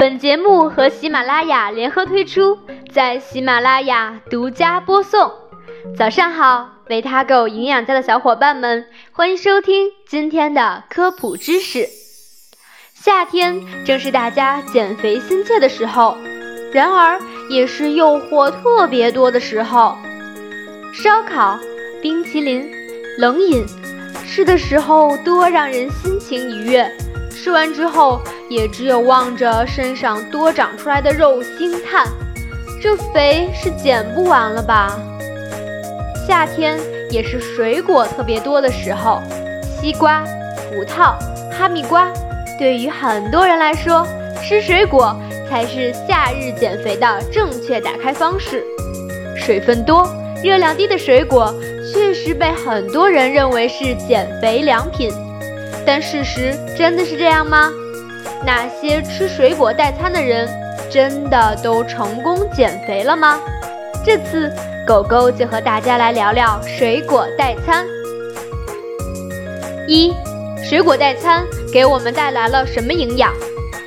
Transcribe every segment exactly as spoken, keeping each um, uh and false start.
本节目和喜马拉雅联合推出，在喜马拉雅独家播送。早上好，维他狗营养家的小伙伴们，欢迎收听今天的科普知识。夏天正是大家减肥心切的时候，然而也是诱惑特别多的时候。烧烤、冰淇淋、冷饮，吃的时候多让人心情愉悦，吃完之后也只有望着身上多长出来的肉惊叹，这肥是减不完了吧。夏天也是水果特别多的时候，西瓜、葡萄、哈密瓜，对于很多人来说，吃水果才是夏日减肥的正确打开方式。水分多、热量低的水果确实被很多人认为是减肥良品，但事实真的是这样吗？那些吃水果代餐的人真的都成功减肥了吗？这次狗狗就和大家来聊聊水果代餐。一、水果代餐给我们带来了什么营养？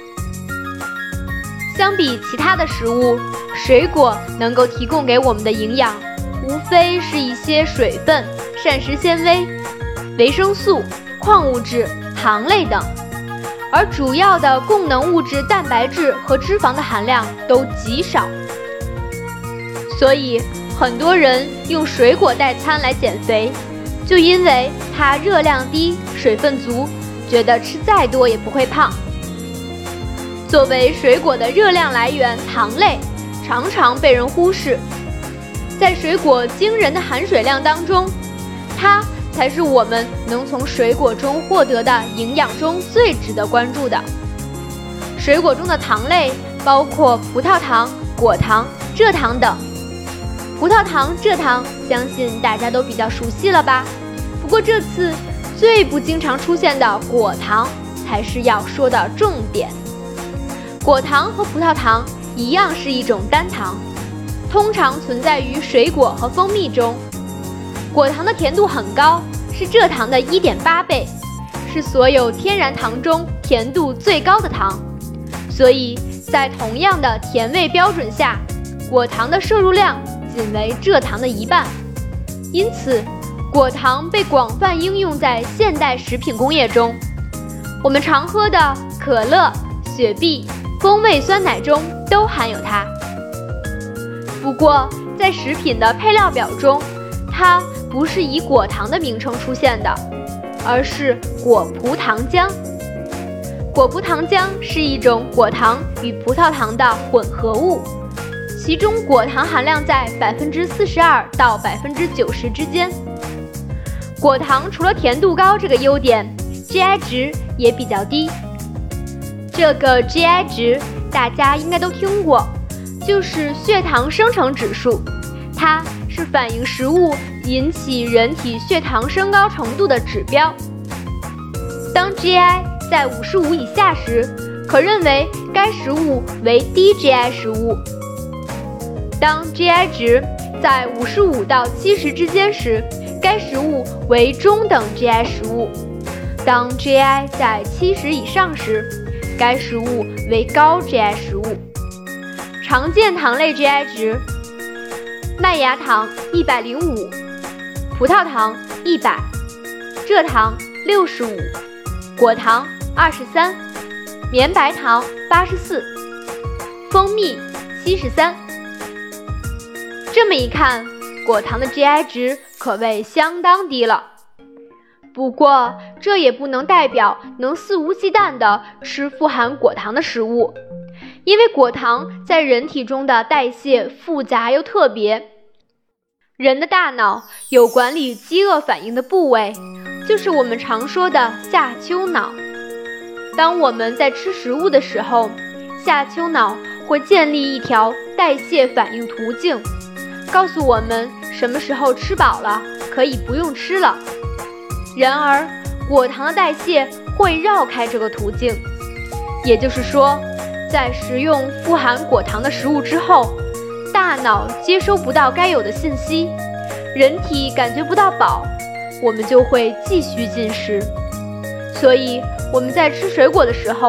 相比其他的食物，水果能够提供给我们的营养无非是一些水分、膳食纤维、维生素、矿物质、糖类等，而主要的供能物质蛋白质和脂肪的含量都极少。所以很多人用水果代餐来减肥，就因为它热量低、水分足，觉得吃再多也不会胖。作为水果的热量来源，糖类常常被人忽视。在水果惊人的含水量当中，它才是我们能从水果中获得的营养中最值得关注的。水果中的糖类包括葡萄糖、果糖、蔗糖等。葡萄糖、蔗糖相信大家都比较熟悉了吧？不过这次最不经常出现的果糖才是要说的重点。果糖和葡萄糖一样是一种单糖，通常存在于水果和蜂蜜中。果糖的甜度很高，是蔗糖的 一点八倍，是所有天然糖中甜度最高的糖。所以在同样的甜味标准下，果糖的摄入量仅为蔗糖的一半。因此果糖被广泛应用在现代食品工业中，我们常喝的可乐、雪碧、风味酸奶中都含有它。不过在食品的配料表中，它不是以果糖的名称出现的，而是果葡糖浆。果葡糖浆是一种果糖与葡萄糖的混合物，其中果糖含量在 百分之四十二 到 百分之九十 之间。果糖除了甜度高这个优点， G I 值也比较低。这个 G I 值大家应该都听过，就是血糖生成指数，它是反映食物引起人体血糖升高程度的指标。当 G I 在五十五以下时，可认为该食物为低 G I 食物。当 G I 值在五十五到七十之间时，该食物为中等 G I 食物。当 G I 在七十以上时，该食物为高 G I 食物。常见糖类 G I 值：麦芽糖一百零五，葡萄糖一百，蔗糖六十五，果糖二十三，绵白糖八十四，蜂蜜七十三。这么一看，果糖的 G I 值可谓相当低了。不过这也不能代表能肆无忌惮地吃富含果糖的食物，因为果糖在人体中的代谢复杂又特别。人的大脑有管理饥饿反应的部位，就是我们常说的下丘脑。当我们在吃食物的时候，下丘脑会建立一条代谢反应途径，告诉我们什么时候吃饱了，可以不用吃了。然而果糖的代谢会绕开这个途径，也就是说，在食用富含果糖的食物之后，大脑接收不到该有的信息，人体感觉不到饱，我们就会继续进食。所以我们在吃水果的时候，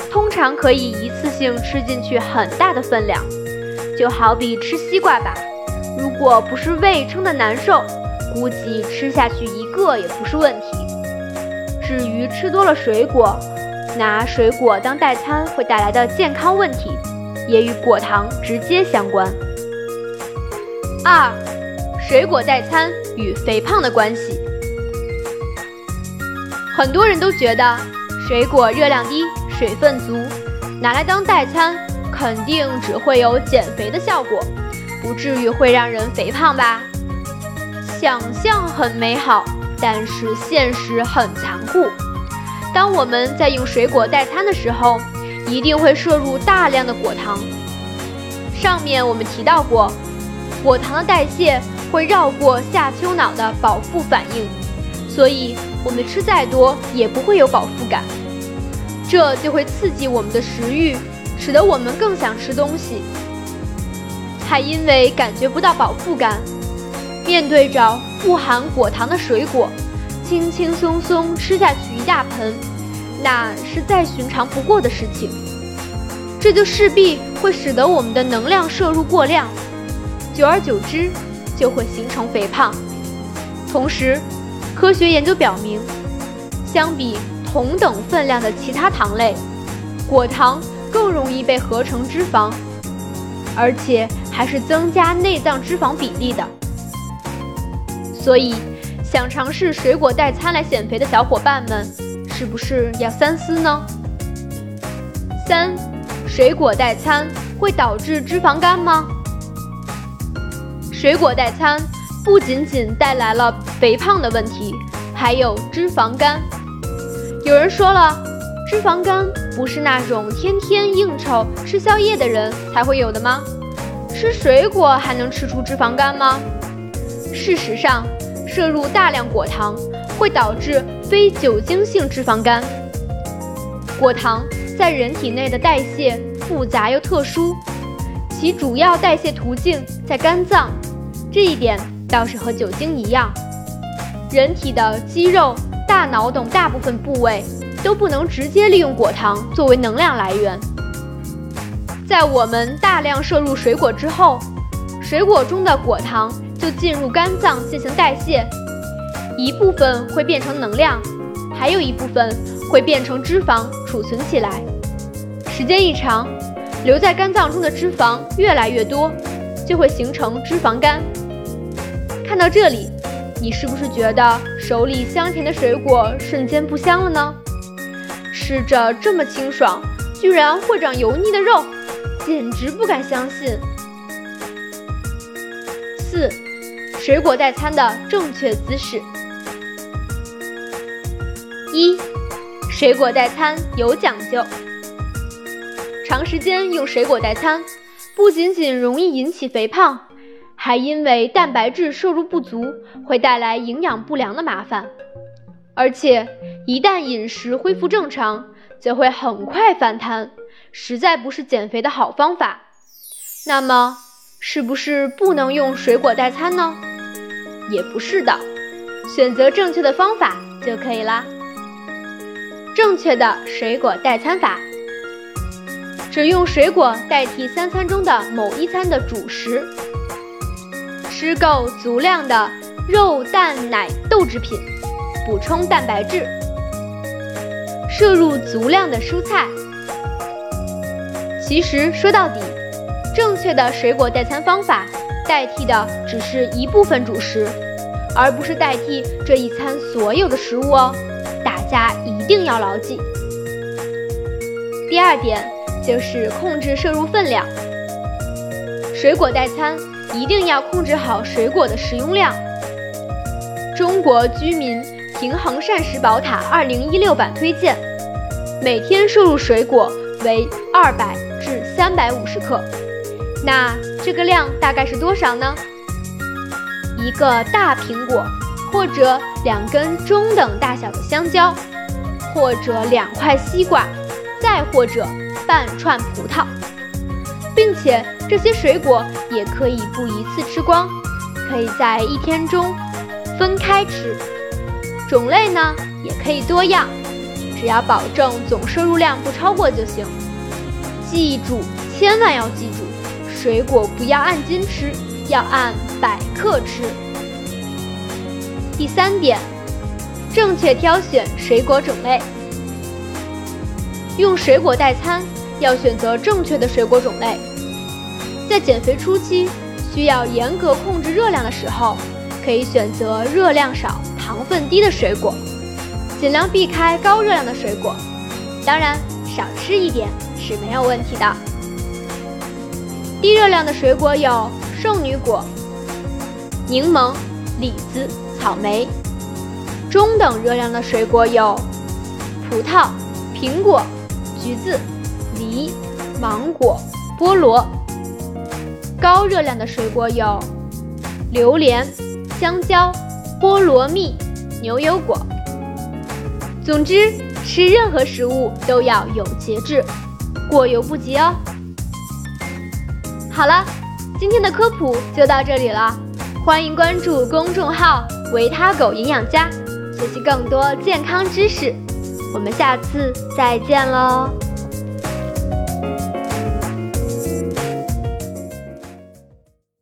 通常可以一次性吃进去很大的分量，就好比吃西瓜吧，如果不是胃撑得难受，估计吃下去一个也不是问题。至于吃多了水果，拿水果当代餐会带来的健康问题，也与果糖直接相关。二、水果代餐与肥胖的关系。很多人都觉得水果热量低，水分足，拿来当代餐肯定只会有减肥的效果，不至于会让人肥胖吧？想象很美好，但是现实很残酷。当我们在用水果代餐的时候，一定会摄入大量的果糖。上面我们提到过，果糖的代谢会绕过下丘脑的饱腹反应，所以我们吃再多也不会有饱腹感，这就会刺激我们的食欲，使得我们更想吃东西。还因为感觉不到饱腹感，面对着富含果糖的水果，轻轻松松吃下去一大盆，那是再寻常不过的事情。这就势必会使得我们的能量摄入过量，久而久之就会形成肥胖。同时，科学研究表明，相比同等分量的其他糖类，果糖更容易被合成脂肪，而且还是增加内脏脂肪比例的。所以，想尝试水果代餐来减肥的小伙伴们，是不是要三思呢？三、水果代餐会导致脂肪肝吗？水果代餐不仅仅带来了肥胖的问题，还有脂肪肝。有人说了，脂肪肝不是那种天天应酬吃宵夜的人才会有的吗？吃水果还能吃出脂肪肝吗？事实上，摄入大量果糖会导致非酒精性脂肪肝。果糖在人体内的代谢复杂又特殊，其主要代谢途径在肝脏，这一点倒是和酒精一样。人体的肌肉、大脑等大部分部位都不能直接利用果糖作为能量来源。在我们大量摄入水果之后，水果中的果糖就进入肝脏进行代谢，一部分会变成能量，还有一部分会变成脂肪储存起来。时间一长，留在肝脏中的脂肪越来越多，就会形成脂肪肝。看到这里，你是不是觉得手里香甜的水果瞬间不香了呢？吃着这么清爽，居然会长油腻的肉，简直不敢相信。四、水果代餐的正确姿势。一、水果代餐有讲究。长时间用水果代餐，不仅仅容易引起肥胖，还因为蛋白质摄入不足，会带来营养不良的麻烦。而且，一旦饮食恢复正常，则会很快反弹，实在不是减肥的好方法。那么，是不是不能用水果代餐呢？也不是的，选择正确的方法就可以啦。正确的水果代餐法，只用水果代替三餐中的某一餐的主食，吃够足量的肉、蛋、奶、豆制品，补充蛋白质，摄入足量的蔬菜。其实说到底，正确的水果代餐方法代替的只是一部分主食，而不是代替这一餐所有的食物哦，大家一定要牢记。第二点就是控制摄入分量，水果代餐一定要控制好水果的食用量。中国居民平衡膳食宝塔二零一六版推荐，每天摄入水果为二百至三百五十克。那这个量大概是多少呢？一个大苹果，或者两根中等大小的香蕉，或者两块西瓜，再或者半串葡萄。并且这些水果也可以不一次吃光，可以在一天中分开吃。种类呢也可以多样， 只要保证总摄入量不超过就行。记住，千万要记住，水果不要按斤吃，要按百克吃。第三点，正确挑选水果种类。用水果代餐，要选择正确的水果种类。在减肥初期，需要严格控制热量的时候，可以选择热量少、糖分低的水果，尽量避开高热量的水果。当然，少吃一点是没有问题的。低热量的水果有圣女果、柠檬、李子、草莓。中等热量的水果有葡萄、苹果、橘子、梨、芒果、菠萝。高热量的水果有榴莲、香蕉、菠萝蜜、牛油果。总之，吃任何食物都要有节制，过犹不及哦。好了，今天的科普就到这里了，欢迎关注公众号维他狗营养家，学习更多健康知识。我们下次再见喽。